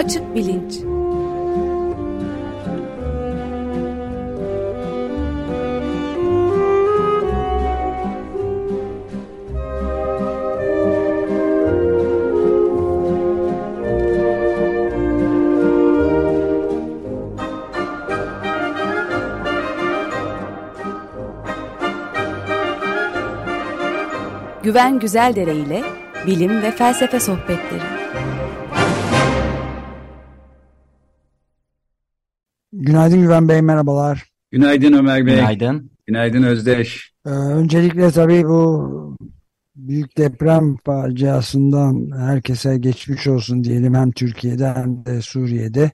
Açık bilinç. Güven Güzeldere ile bilim ve felsefe sohbetleri. Günaydın Güven Bey, merhabalar. Günaydın Ömer Bey. Günaydın. Günaydın Özdeş. Öncelikle tabii bu büyük deprem faciasından herkese geçmiş olsun diyelim, hem Türkiye'de hem de Suriye'de.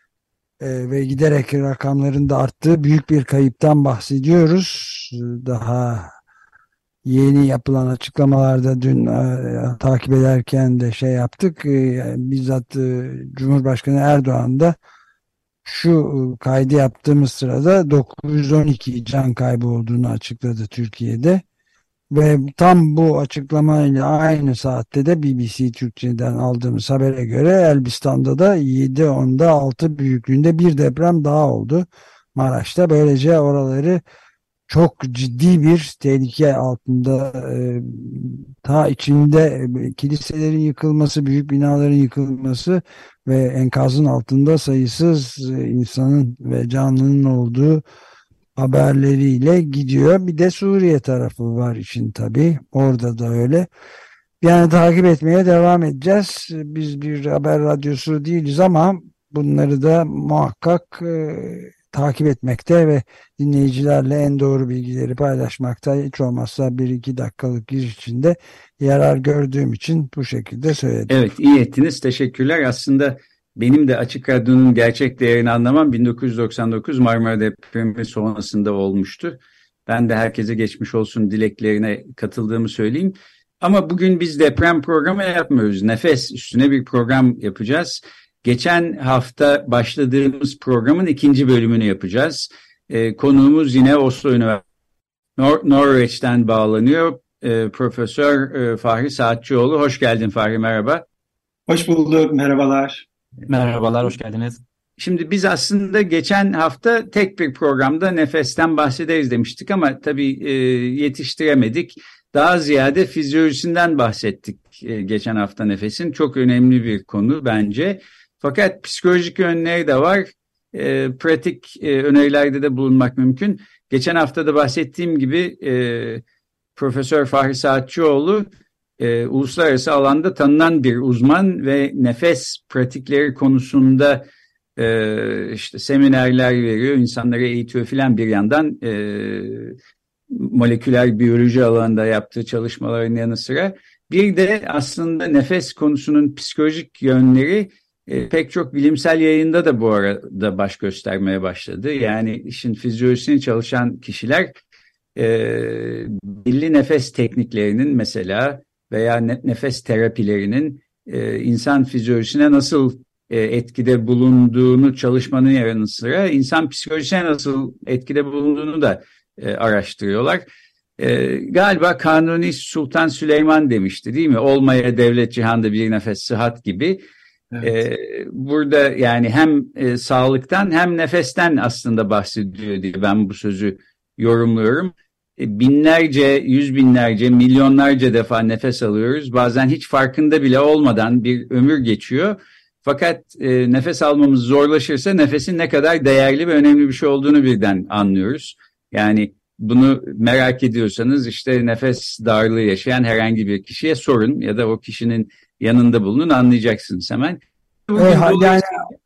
Ve giderek rakamların da arttığı büyük bir kayıptan bahsediyoruz. Daha yeni yapılan açıklamalarda dün takip ederken de şey yaptık. Bizzat Cumhurbaşkanı Erdoğan da şu kaydı yaptığımız sırada 912 can kaybı olduğunu açıkladı Türkiye'de. Ve tam bu açıklamayla aynı saatte de BBC Türkçe'den aldığımız habere göre Elbistan'da da 7.6 büyüklüğünde bir deprem daha oldu Maraş'ta. Böylece oraları çok ciddi bir tehlike altında, ta içinde kiliselerin yıkılması, büyük binaların yıkılması ve enkazın altında sayısız insanın ve canlının olduğu haberleriyle gidiyor. Bir de Suriye tarafı var işin tabii. Orada da öyle. Yani takip etmeye devam edeceğiz. Biz bir haber radyosu değiliz ama bunları da muhakkak takip etmekte ve dinleyicilerle en doğru bilgileri paylaşmakta, hiç olmazsa 1-2 dakikalık giriş içinde yarar gördüğüm için bu şekilde söyledim. Evet, iyi ettiniz. Teşekkürler. Aslında benim de Açık Radyo'nun gerçek değerini anlamam 1999 Marmara depremi sonrasında olmuştu. Ben de herkese geçmiş olsun dileklerine katıldığımı söyleyeyim. Ama bugün biz deprem programı yapmıyoruz. Nefes üstüne bir program yapacağız. Geçen hafta başladığımız programın 2. bölümünü yapacağız. Konuğumuz yine Oslo Üniversitesi Norveç'ten bağlanıyor. Profesör Fahri Saatçioğlu. Hoş geldin Fahri, merhaba. Hoş bulduk, merhabalar. Merhabalar, hoş geldiniz. Şimdi biz aslında geçen hafta tek bir programda nefesten bahsederiz demiştik ama tabii yetiştiremedik. Daha ziyade fizyolojisinden bahsettik geçen hafta nefesin. Çok önemli bir konu bence. Fakat psikolojik yönleri de var. Pratik önerilerde de bulunmak mümkün. Geçen hafta da bahsettiğim gibi Profesör Fahri Saatçioğlu uluslararası alanda tanınan bir uzman ve nefes pratikleri konusunda işte seminerler veriyor, insanları eğitiyor filan, bir yandan moleküler biyoloji alanında yaptığı çalışmaların yanı sıra. Bir de aslında nefes konusunun psikolojik yönleri pek çok bilimsel yayında da bu arada baş göstermeye başladı. Yani işin fizyolojisini çalışan kişiler belli nefes tekniklerinin mesela veya nefes terapilerinin insan fizyolojisine nasıl etkide bulunduğunu çalışmanın yanı sıra insan psikolojisine nasıl etkide bulunduğunu da araştırıyorlar. Galiba Kanuni Sultan Süleyman demişti değil mi? Olmaya devlet cihanda bir nefes sıhhat gibi. Evet. Burada yani hem sağlıktan hem nefesten aslında bahsediyor diye ben bu sözü yorumluyorum. Binlerce, yüz binlerce, milyonlarca defa nefes alıyoruz. Bazen hiç farkında bile olmadan bir ömür geçiyor. Fakat nefes almamız zorlaşırsa nefesin ne kadar değerli ve önemli bir şey olduğunu birden anlıyoruz. Yani bunu merak ediyorsanız işte nefes darlığı yaşayan herhangi bir kişiye sorun ya da o kişinin yanında bulunun, anlayacaksınız hemen. Yani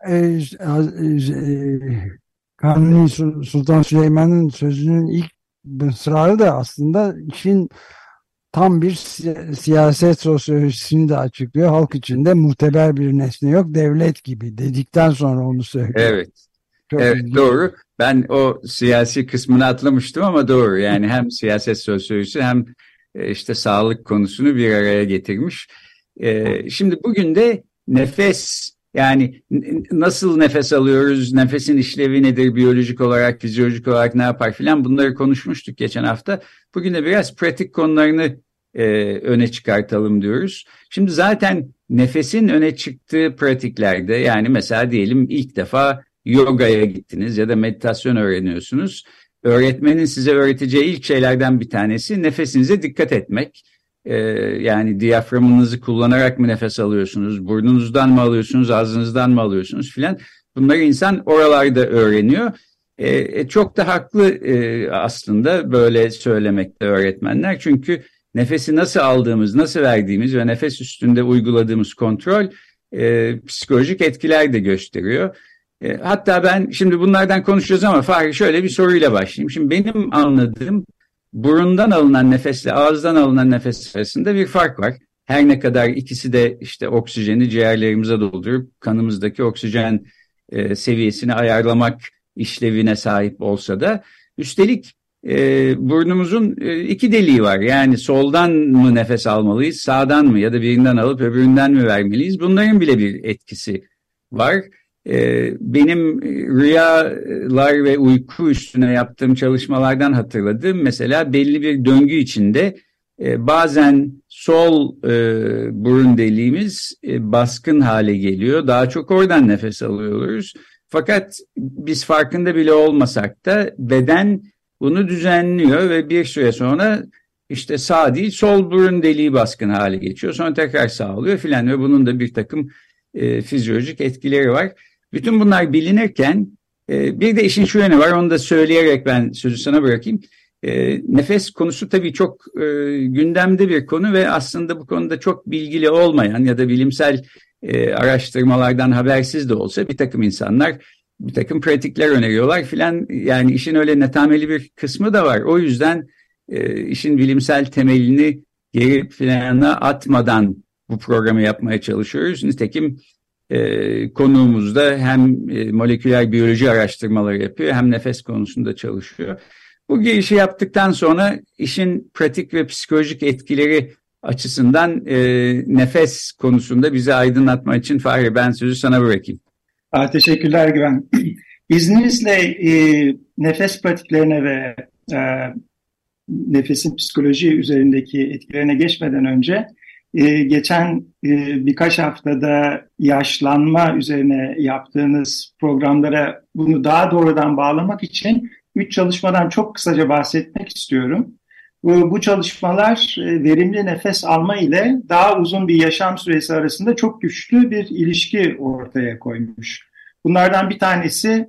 Kanuni Sultan Süleyman'ın sözünün ilk mısrağı da aslında işin tam bir siyaset sosyolojisini de açıklıyor. Halk içinde muteber bir nesne yok, devlet gibi dedikten sonra onu söylüyor. Evet. Evet, doğru. Ben o siyasi kısmını atlamıştım ama doğru. Yani hem siyaset sosyolojisi hem işte sağlık konusunu bir araya getirmiş. Şimdi bugün de nefes, yani nasıl nefes alıyoruz, nefesin işlevi nedir, biyolojik olarak, fizyolojik olarak ne yapar filan, bunları konuşmuştuk geçen hafta. Bugün de biraz pratik konularını öne çıkartalım diyoruz. Şimdi zaten nefesin öne çıktığı pratiklerde, yani mesela diyelim ilk defa yogaya gittiniz ya da meditasyon öğreniyorsunuz. Öğretmenin size öğreteceği ilk şeylerden bir tanesi nefesinize dikkat etmek. Yani diyaframınızı kullanarak mı nefes alıyorsunuz, burnunuzdan mı alıyorsunuz, ağzınızdan mı alıyorsunuz filan. Bunları insan oralarda öğreniyor. Çok da haklı aslında böyle söylemekte öğretmenler. Çünkü nefesi nasıl aldığımız, nasıl verdiğimiz ve nefes üstünde uyguladığımız kontrol psikolojik etkiler de gösteriyor. Hatta ben şimdi bunlardan konuşacağız ama Fahri, şöyle bir soruyla başlayayım. Şimdi benim anladığım, burundan alınan nefesle ağızdan alınan nefes arasında bir fark var. Her ne kadar ikisi de işte oksijeni ciğerlerimize doldurup kanımızdaki oksijen seviyesini ayarlamak işlevine sahip olsa da, üstelik burnumuzun iki deliği var. Yani soldan mı nefes almalıyız, sağdan mı, ya da birinden alıp öbüründen mi vermeliyiz? Bunların bile bir etkisi var. Benim rüyalar ve uyku üstüne yaptığım çalışmalardan hatırladığım, mesela belli bir döngü içinde bazen sol burun deliğimiz baskın hale geliyor. Daha çok oradan nefes alıyoruz. Fakat biz farkında bile olmasak da beden bunu düzenliyor ve bir süre sonra işte sağ değil sol burun deliği baskın hale geçiyor. Sonra tekrar sağ oluyor filan ve bunun da bir takım fizyolojik etkileri var. Bütün bunlar bilinirken bir de işin şu yönü var, onu da söyleyerek ben sözü sana bırakayım. Nefes konusu tabii çok gündemde bir konu ve aslında bu konuda çok bilgili olmayan ya da bilimsel araştırmalardan habersiz de olsa bir takım insanlar bir takım pratikler öneriyorlar filan. Yani işin öyle netameli bir kısmı da var. O yüzden işin bilimsel temelini geri plana atmadan bu programı yapmaya çalışıyoruz. Nitekim konuğumuz da hem moleküler biyoloji araştırmaları yapıyor hem nefes konusunda çalışıyor. Bu girişi yaptıktan sonra işin pratik ve psikolojik etkileri açısından nefes konusunda bizi aydınlatma için Fahri, ben sözü sana bırakayım. Teşekkürler Güven. İzninizle nefes pratiklerine ve nefesin psikoloji üzerindeki etkilerine geçmeden önce geçen birkaç haftada yaşlanma üzerine yaptığınız programlara bunu daha doğrudan bağlamak için 3 çalışmadan çok kısaca bahsetmek istiyorum. Bu çalışmalar verimli nefes alma ile daha uzun bir yaşam süresi arasında çok güçlü bir ilişki ortaya koymuş. Bunlardan bir tanesi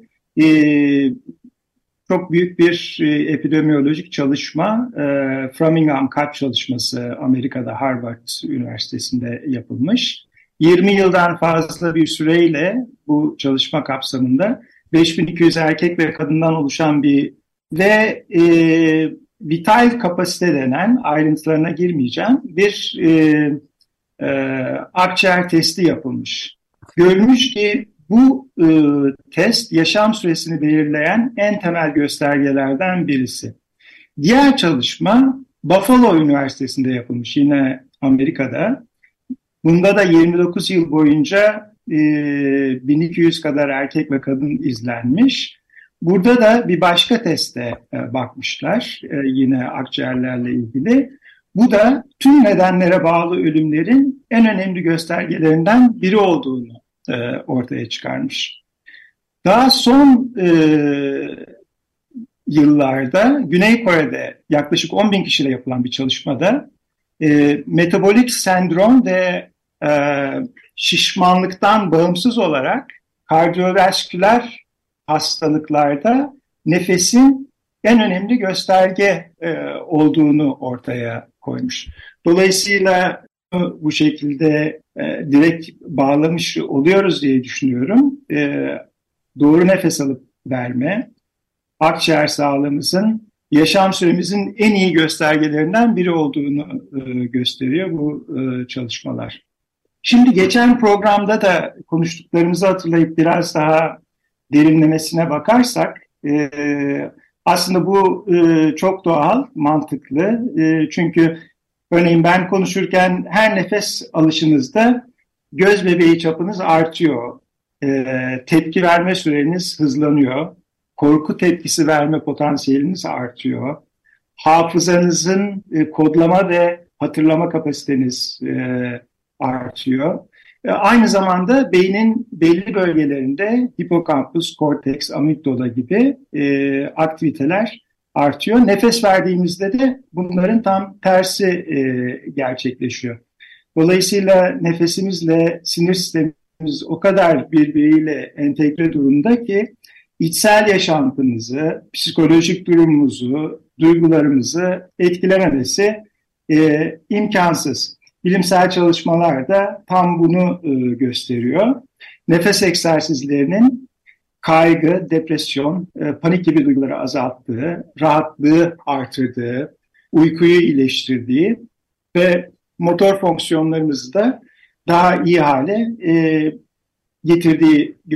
çok büyük bir epidemiolojik çalışma, Framingham Kalp Çalışması, Amerika'da Harvard Üniversitesi'nde yapılmış. 20 yıldan fazla bir süreyle bu çalışma kapsamında 5200 erkek ve kadından oluşan bir ve vital kapasite denen, ayrıntılarına girmeyeceğim, bir akciğer testi yapılmış. Görülmüş ki bu test yaşam süresini belirleyen en temel göstergelerden birisi. Diğer çalışma Buffalo Üniversitesi'nde yapılmış, yine Amerika'da. Bunda da 29 yıl boyunca 1200 kadar erkek ve kadın izlenmiş. Burada da bir başka teste bakmışlar, yine akciğerlerle ilgili. Bu da tüm nedenlere bağlı ölümlerin en önemli göstergelerinden biri olduğunu ortaya çıkarmış. Daha son yıllarda Güney Kore'de yaklaşık 10.000 kişiyle yapılan bir çalışmada metabolik sendrom ve şişmanlıktan bağımsız olarak kardiyovasküler hastalıklarda nefesin en önemli gösterge olduğunu ortaya koymuş. Dolayısıyla bu şekilde direkt bağlamış oluyoruz diye düşünüyorum. Doğru nefes alıp verme, akciğer sağlığımızın, yaşam süremizin en iyi göstergelerinden biri olduğunu gösteriyor bu çalışmalar. Şimdi geçen programda da konuştuklarımızı hatırlayıp biraz daha derinlemesine bakarsak, aslında bu çok doğal, mantıklı. Çünkü örneğin ben konuşurken her nefes alışınızda göz bebeği çapınız artıyor. Tepki verme süreniz hızlanıyor. Korku tepkisi verme potansiyeliniz artıyor. Hafızanızın kodlama ve hatırlama kapasiteniz artıyor. Aynı zamanda beynin belli bölgelerinde hipokampus, korteks, amigdala gibi aktiviteler artıyor. Nefes verdiğimizde de bunların tam tersi gerçekleşiyor. Dolayısıyla nefesimizle sinir sistemimiz o kadar birbiriyle entegre durumda ki içsel yaşantımızı, psikolojik durumumuzu, duygularımızı etkilememesi imkansız. Bilimsel çalışmalar da tam bunu gösteriyor. Nefes egzersizlerinin kaygı, depresyon, panik gibi duyguları azalttığı, rahatlığı artırdığı, uykuyu iyileştirdiği ve motor fonksiyonlarımızı da daha iyi hale getirdiği.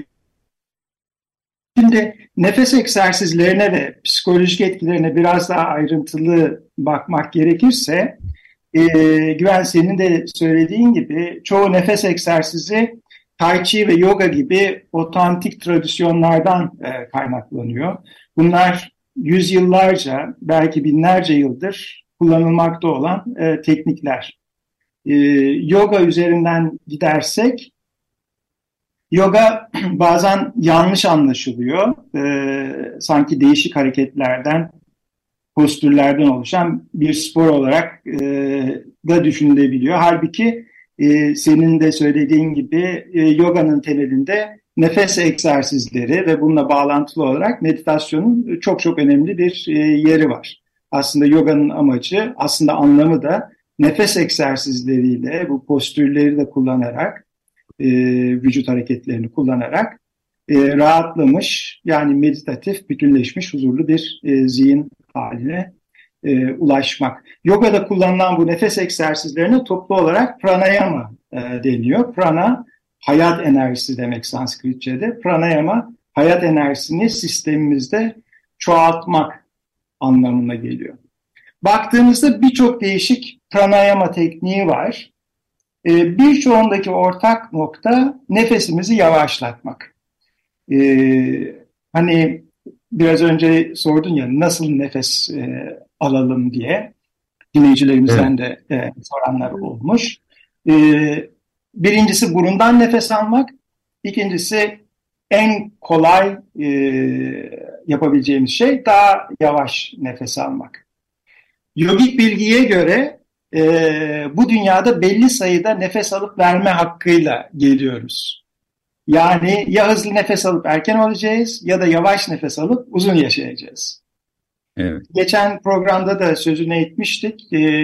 Şimdi nefes egzersizlerine ve psikolojik etkilerine biraz daha ayrıntılı bakmak gerekirse, Güven senin de söylediğin gibi çoğu nefes egzersizi Tai Chi ve yoga gibi otantik tradisyonlardan kaynaklanıyor. Bunlar yüzyıllarca, belki binlerce yıldır kullanılmakta olan teknikler. Yoga üzerinden gidersek, yoga bazen yanlış anlaşılıyor. Sanki değişik hareketlerden, postürlerden oluşan bir spor olarak da düşünülebiliyor. Halbuki senin de söylediğin gibi yoganın temelinde nefes egzersizleri ve bununla bağlantılı olarak meditasyonun çok çok önemli bir yeri var. Aslında yoganın amacı, aslında anlamı da nefes egzersizleriyle, bu postürleri de kullanarak, vücut hareketlerini kullanarak rahatlamış, yani meditatif, bütünleşmiş, huzurlu bir zihin haline ulaşmak. Yogada kullanılan bu nefes egzersizlerine toplu olarak pranayama deniyor. Prana, hayat enerjisi demek Sanskritçe'de. Pranayama, hayat enerjisini sistemimizde çoğaltmak anlamına geliyor. Baktığımızda birçok değişik pranayama tekniği var. Birçoğundaki ortak nokta nefesimizi yavaşlatmak. Hani biraz önce sordun ya, nasıl nefes alalım diye, dinleyicilerimizden de soranlar olmuş. Birincisi burundan nefes almak, ikincisi en kolay yapabileceğimiz şey daha yavaş nefes almak. Yogik bilgiye göre bu dünyada belli sayıda nefes alıp verme hakkıyla geliyoruz. Yani ya hızlı nefes alıp erken öleceğiz ya da yavaş nefes alıp uzun yaşayacağız. Evet. Geçen programda da sözünü etmiştik.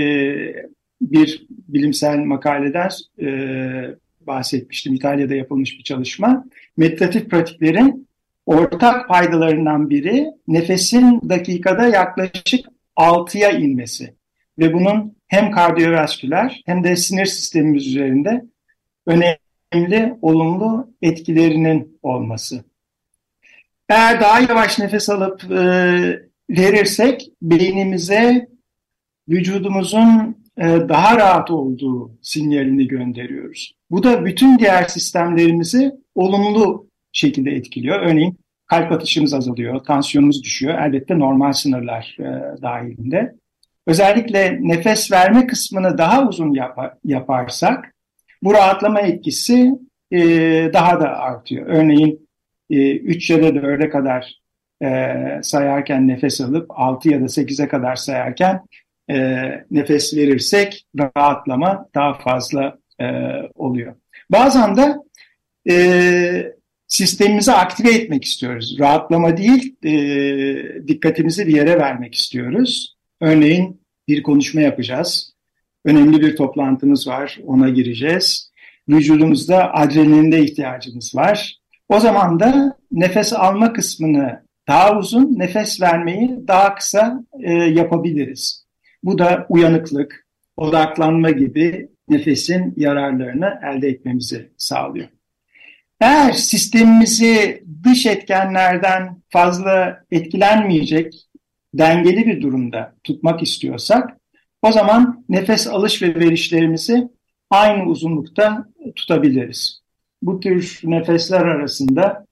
Bir bilimsel makaleden bahsetmiştim. İtalya'da yapılmış bir çalışma. Meditatif pratiklerin ortak faydalarından biri nefesin dakikada yaklaşık 6'ya inmesi. Ve bunun hem kardiyovasküler hem de sinir sistemimiz üzerinde önemli, olumlu etkilerinin olması. Eğer daha yavaş nefes alıp verirsek beynimize vücudumuzun daha rahat olduğu sinyalini gönderiyoruz. Bu da bütün diğer sistemlerimizi olumlu şekilde etkiliyor. Örneğin kalp atışımız azalıyor, tansiyonumuz düşüyor. Elbette normal sınırlar dahilinde. Özellikle nefes verme kısmını daha uzun yaparsak bu rahatlama etkisi daha da artıyor. Örneğin 3 ya da 4'e kadar sayarken nefes alıp 6 ya da 8'e kadar sayarken nefes verirsek rahatlama daha fazla oluyor. Bazen de sistemimizi aktive etmek istiyoruz. Rahatlama değil, dikkatimizi bir yere vermek istiyoruz. Örneğin bir konuşma yapacağız. Önemli bir toplantımız var, ona gireceğiz. Vücudumuzda adrenaline ihtiyacımız var. O zaman da nefes alma kısmını daha uzun, nefes vermeyi daha kısa yapabiliriz. Bu da uyanıklık, odaklanma gibi nefesin yararlarını elde etmemizi sağlıyor. Eğer sistemimizi dış etkenlerden fazla etkilenmeyecek, dengeli bir durumda tutmak istiyorsak, o zaman nefes alış ve verişlerimizi aynı uzunlukta tutabiliriz. Bu tür nefesler arasında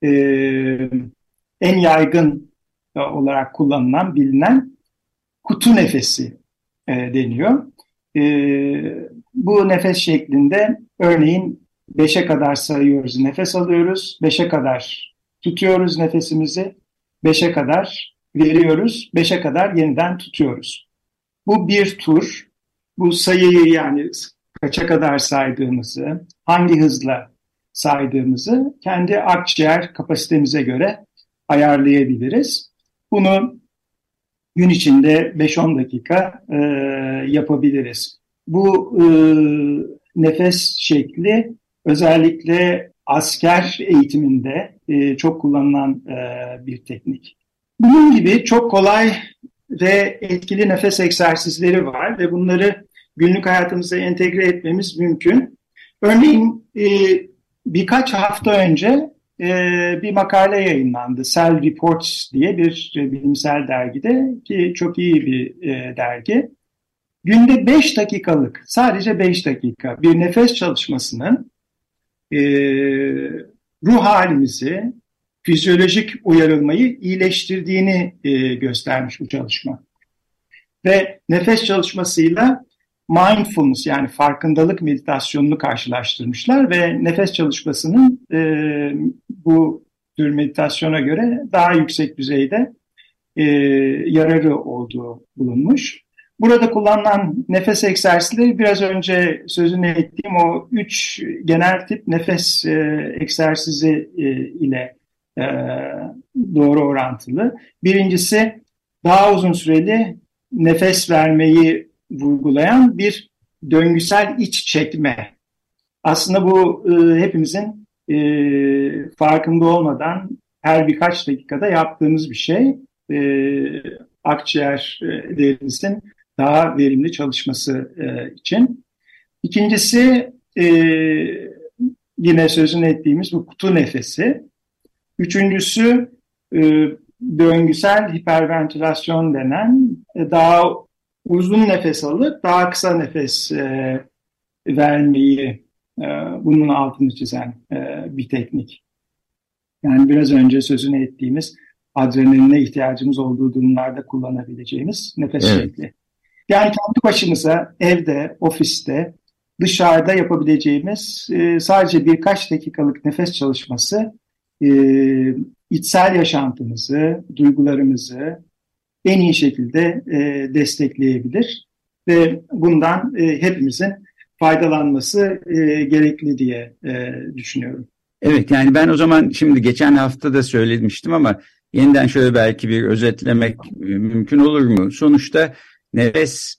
en yaygın olarak kullanılan, bilinen kutu nefesi deniyor. Bu nefes şeklinde örneğin 5'e kadar sayıyoruz, nefes alıyoruz, 5'e kadar tutuyoruz nefesimizi, 5'e kadar veriyoruz, 5'e kadar yeniden tutuyoruz. Bu bir tur. Bu sayıyı yani kaça kadar saydığımızı, hangi hızla saydığımızı kendi akciğer kapasitemize göre ayarlayabiliriz. Bunu gün içinde 5-10 dakika yapabiliriz. Bu nefes şekli özellikle asker eğitiminde çok kullanılan bir teknik. Bunun gibi çok kolay ve etkili nefes egzersizleri var ve bunları günlük hayatımıza entegre etmemiz mümkün. Örneğin birkaç hafta önce bir makale yayınlandı. Cell Reports diye bir bilimsel dergide ki çok iyi bir dergi. Günde 5 dakikalık, sadece 5 dakika bir nefes çalışmasının ruh halimizi, fizyolojik uyarılmayı iyileştirdiğini göstermiş bu çalışma. Ve nefes çalışmasıyla mindfulness yani farkındalık meditasyonunu karşılaştırmışlar ve nefes çalışmasının bu tür meditasyona göre daha yüksek düzeyde yararı olduğu bulunmuş. Burada kullanılan nefes egzersizleri biraz önce sözünü ettiğim o 3 genel tip nefes egzersizi ile doğru orantılı. Birincisi daha uzun süreli nefes vermeyi vurgulayan bir döngüsel iç çekme. Aslında bu hepimizin farkında olmadan her birkaç dakikada yaptığımız bir şey. Akciğerlerimizin daha verimli çalışması için. İkincisi yine sözünü ettiğimiz bu kutu nefesi. Üçüncüsü döngüsel hiperventilasyon denen daha uzun nefes alıp daha kısa nefes vermeyi bunun altını çizen bir teknik. Yani biraz önce sözünü ettiğimiz adrenaline ihtiyacımız olduğu durumlarda kullanabileceğimiz nefes şekli. Yani kendi başımıza evde, ofiste, dışarıda yapabileceğimiz sadece birkaç dakikalık nefes çalışması içsel yaşantımızı, duygularımızı en iyi şekilde destekleyebilir ve bundan hepimizin faydalanması gerekli diye düşünüyorum. Evet, yani ben o zaman şimdi geçen hafta da söylemiştim ama yeniden şöyle belki bir özetlemek mümkün olur mu? Sonuçta nefes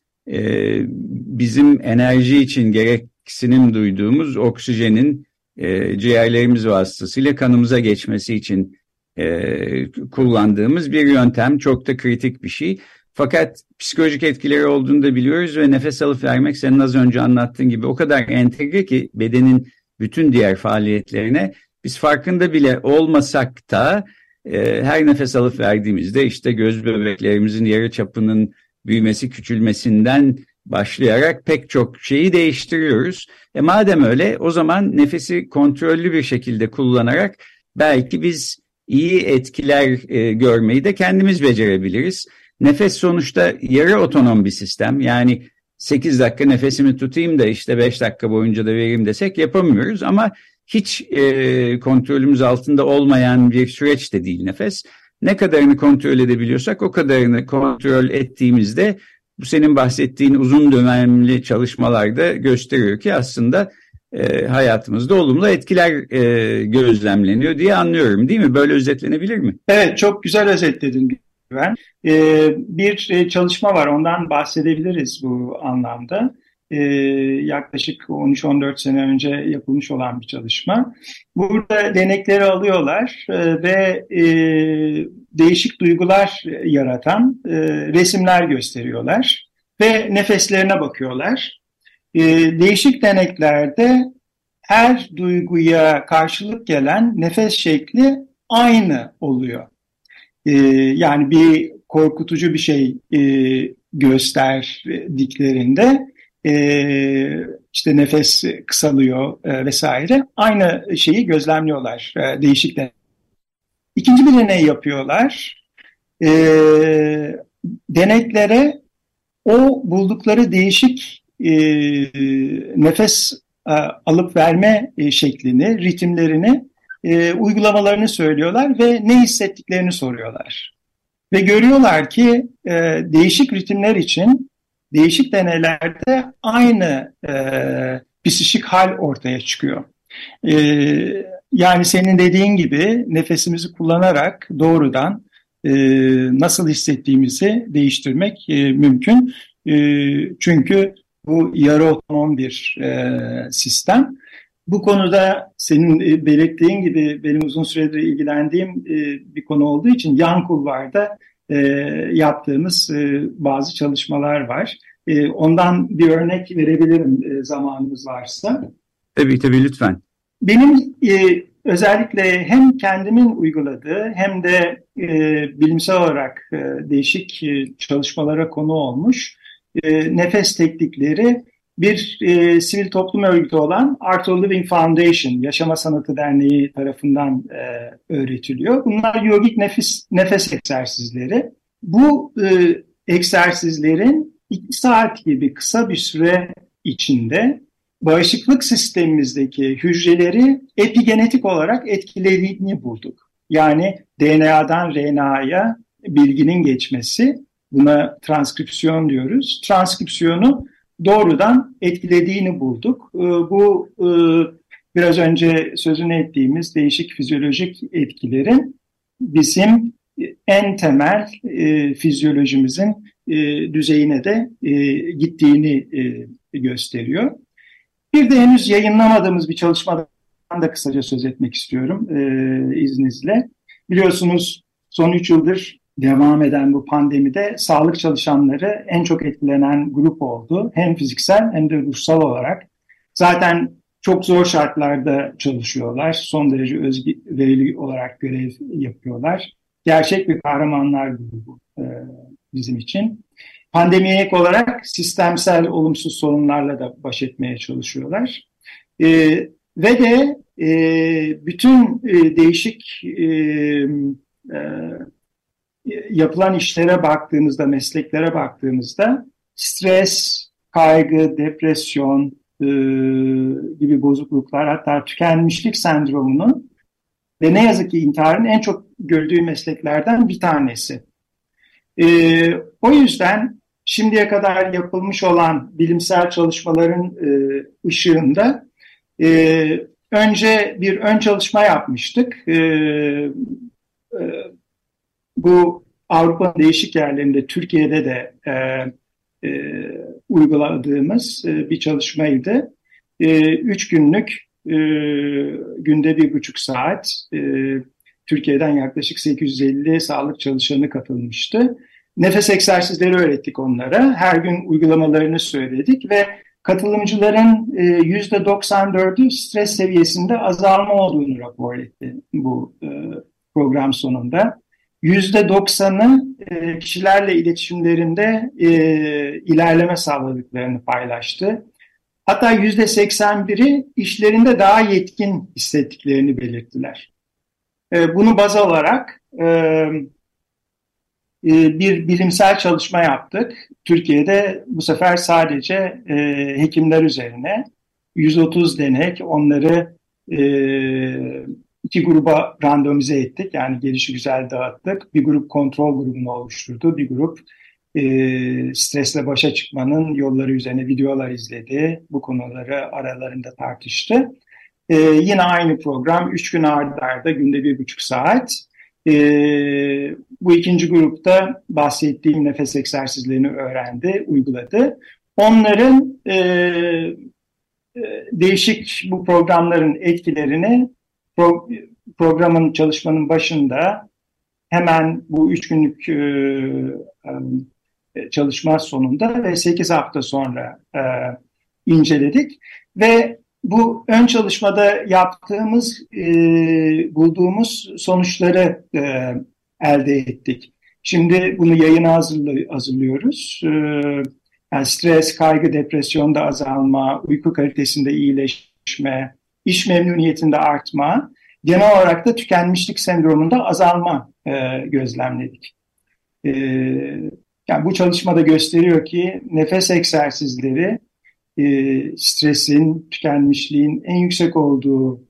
bizim enerji için gereksinim duyduğumuz oksijenin ciğerlerimiz vasıtasıyla kanımıza geçmesi için kullandığımız bir yöntem. Çok da kritik bir şey. Fakat psikolojik etkileri olduğunu da biliyoruz ve nefes alıp vermek senin az önce anlattığın gibi o kadar entegre ki bedenin bütün diğer faaliyetlerine biz farkında bile olmasak da her nefes alıp verdiğimizde işte göz bebeklerimizin yarıçapının büyümesi, küçülmesinden başlayarak pek çok şeyi değiştiriyoruz. Madem öyle o zaman nefesi kontrollü bir şekilde kullanarak belki biz iyi etkiler görmeyi de kendimiz becerebiliriz. Nefes sonuçta yarı otonom bir sistem. Yani 8 dakika nefesimi tutayım da işte 5 dakika boyunca da vereyim desek yapamıyoruz ama hiç kontrolümüz altında olmayan bir süreç de değil nefes. Ne kadarını kontrol edebiliyorsak o kadarını kontrol ettiğimizde bu senin bahsettiğin uzun dönemli çalışmalarda gösteriyor ki aslında hayatımızda olumlu etkiler gözlemleniyor diye anlıyorum, değil mi? Böyle özetlenebilir mi? Evet, çok güzel özetledin Güven. Bir çalışma var, ondan bahsedebiliriz bu anlamda. Yaklaşık 13-14 sene önce yapılmış olan bir çalışma. Burada denekleri alıyorlar ve değişik duygular yaratan resimler gösteriyorlar ve nefeslerine bakıyorlar. Değişik deneklerde her duyguya karşılık gelen nefes şekli aynı oluyor. Yani bir korkutucu bir şey gösterdiklerinde işte nefes kısalıyor vesaire. Aynı şeyi gözlemliyorlar değişik denek. İkinci bir deney yapıyorlar. Deneklere o buldukları değişik nefes alıp verme şeklini, ritimlerini, uygulamalarını söylüyorlar ve ne hissettiklerini soruyorlar. Ve görüyorlar ki değişik ritimler için değişik deneylerde aynı psikik hal ortaya çıkıyor. Yani senin dediğin gibi nefesimizi kullanarak doğrudan nasıl hissettiğimizi değiştirmek mümkün. Çünkü bu yarı otonom bir sistem. Bu konuda senin belirttiğin gibi benim uzun süredir ilgilendiğim bir konu olduğu için yan kulvarda yaptığımız bazı çalışmalar var. Ondan bir örnek verebilirim zamanımız varsa. Tabii lütfen. Benim özellikle hem kendimin uyguladığı hem de bilimsel olarak değişik çalışmalara konu olmuş nefes teknikleri bir sivil toplum örgütü olan Art of Living Foundation, Yaşama Sanatı Derneği tarafından öğretiliyor. Bunlar yogik nefes egzersizleri. Bu egzersizlerin 2 saat gibi kısa bir süre içinde bağışıklık sistemimizdeki hücreleri epigenetik olarak etkilediğini bulduk. Yani DNA'dan RNA'ya bilginin geçmesi, buna transkripsiyon diyoruz. Transkripsiyonu doğrudan etkilediğini bulduk. Bu biraz önce sözünü ettiğimiz değişik fizyolojik etkilerin bizim en temel fizyolojimizin düzeyine de gittiğini gösteriyor. Bir de henüz yayınlamadığımız bir çalışmadan da kısaca söz etmek istiyorum izninizle. Biliyorsunuz son 3 yıldır devam eden bu pandemide sağlık çalışanları en çok etkilenen grup oldu. Hem fiziksel hem de ruhsal olarak. Zaten çok zor şartlarda çalışıyorlar. Son derece özverili olarak görev yapıyorlar. Gerçek bir kahramanlar grubu bizim için. Pandemiye ek olarak sistemsel olumsuz sorunlarla da baş etmeye çalışıyorlar. Ve de bütün değişik yapılan işlere baktığımızda, mesleklere baktığımızda stres, kaygı, depresyon gibi bozukluklar, hatta tükenmişlik sendromunun ve ne yazık ki intiharın en çok gördüğü mesleklerden bir tanesi. O yüzden şimdiye kadar yapılmış olan bilimsel çalışmaların ışığında önce bir ön çalışma yapmıştık. Bu Avrupa'nın değişik yerlerinde, Türkiye'de de uyguladığımız bir çalışmaydı. 3 günlük, günde 1,5 saat, Türkiye'den yaklaşık 850 sağlık çalışanı katılmıştı. Nefes egzersizleri öğrettik onlara. Her gün uygulamalarını söyledik ve katılımcıların %94'ü stres seviyesinde azalma olduğunu rapor etti bu program sonunda. %90'ı kişilerle iletişimlerinde ilerleme sağladıklarını paylaştı. Hatta %81'i işlerinde daha yetkin hissettiklerini belirttiler. Bunu baz alarak bir bilimsel çalışma yaptık. Türkiye'de bu sefer sadece hekimler üzerine 130 denek, onları 2 gruba randomize ettik. Yani gelişigüzel dağıttık. Bir grup kontrol grubunu oluşturdu. Bir grup stresle başa çıkmanın yolları üzerine videolar izledi. Bu konuları aralarında tartıştı. Yine aynı program 3 gün art arda günde 1,5 saat. Bu ikinci grupta bahsettiğim nefes egzersizlerini öğrendi, uyguladı. Onların değişik bu programların etkilerini programın, çalışmanın başında hemen bu 3 günlük çalışma sonunda ve 8 hafta sonra inceledik ve bu ön çalışmada yaptığımız, bulduğumuz sonuçları elde ettik. Şimdi bunu yayına hazırlıyoruz. Yani stres, kaygı, depresyonda azalma, uyku kalitesinde iyileşme, iş memnuniyetinde artma, genel olarak da tükenmişlik sendromunda azalma gözlemledik. Yani bu çalışmada gösteriyor ki nefes egzersizleri stresin, tükenmişliğin en yüksek olduğu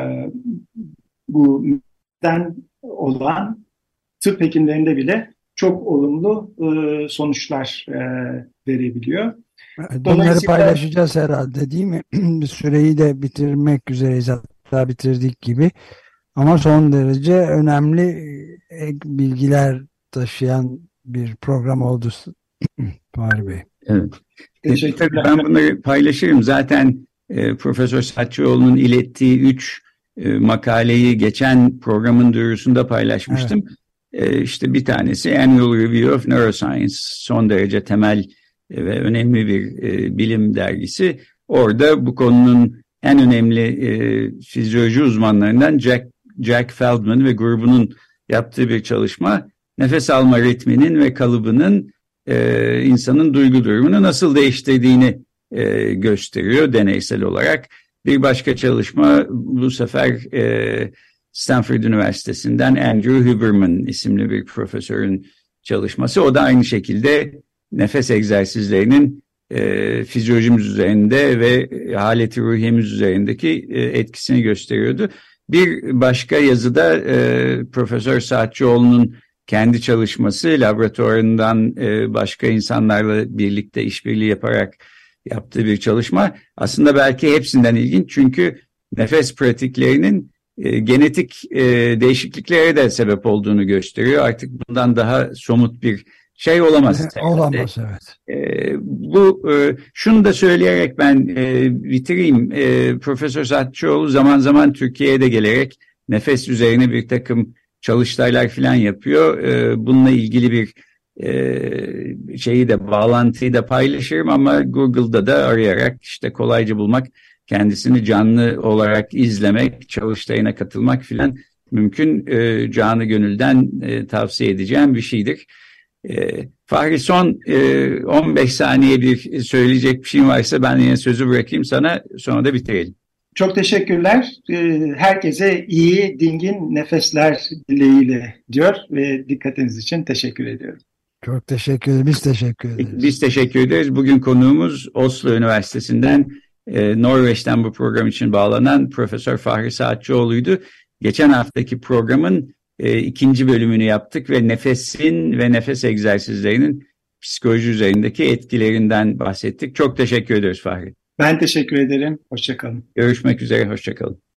bu neden olan tıp hekimlerinde bile çok olumlu sonuçlar verebiliyor. Bunları Dolayısıyla paylaşacağız herhalde, değil mi? Süreyi de bitirmek üzereyiz, hatta bitirdik gibi. Ama son derece önemli bilgiler taşıyan bir program oldu Fahri Bey. Evet. Tabii teşekkürler. ben bunları paylaşırım. Zaten Profesör Saatçıoğlu'nun ilettiği 3 makaleyi geçen programın duyurusunda paylaşmıştım. İşte bir tanesi Annual Review of Neuroscience, son derece temel ve önemli bir bilim dergisi. Orada bu konunun en önemli fizyoloji uzmanlarından Jack Feldman ve grubunun yaptığı bir çalışma, nefes alma ritminin ve kalıbının insanın duygu durumunu nasıl değiştirdiğini gösteriyor deneysel olarak. Bir başka çalışma bu sefer Stanford Üniversitesi'nden Andrew Huberman isimli bir profesörün çalışması. O da aynı şekilde nefes egzersizlerinin fizyolojimiz üzerinde ve haleti ruhiyemiz üzerindeki etkisini gösteriyordu. Bir başka yazıda Profesör Saatçıoğlu'nun kendi çalışması, laboratuvarından başka insanlarla birlikte işbirliği yaparak yaptığı bir çalışma. Aslında belki hepsinden ilginç, çünkü nefes pratiklerinin genetik değişikliklere de sebep olduğunu gösteriyor. Artık bundan daha somut bir şey olamaz. Olamaz, evet. Şunu da söyleyerek ben bitireyim. Profesör Saatçıoğlu zaman zaman Türkiye'ye de gelerek nefes üzerine bir takım çalıştaylar falan yapıyor. Bununla ilgili bir bağlantıyı da paylaşırım, ama Google'da da arayarak işte kolayca bulmak, kendisini canlı olarak izlemek, çalıştayına katılmak filan mümkün. Canı gönülden tavsiye edeceğim bir şeydir. Fahri, son 15 saniye bir söyleyecek bir şeyin varsa ben yine sözü bırakayım sana, sonra da bitirelim. Çok teşekkürler. Herkese iyi, dingin nefesler dileğiyle diyor ve dikkatiniz için teşekkür ediyorum. Çok teşekkür ederiz. Biz teşekkür ederiz. Biz teşekkür ederiz. Bugün konuğumuz Oslo Üniversitesi'nden, Norveç'ten bu program için bağlanan Profesör Fahri Saatçıoğlu'ydu. Geçen haftaki programın ikinci bölümünü yaptık ve nefesin ve nefes egzersizlerinin psikoloji üzerindeki etkilerinden bahsettik. Çok teşekkür ederiz Fahri. Ben teşekkür ederim. Hoşça kalın. Görüşmek üzere, hoşça kalın.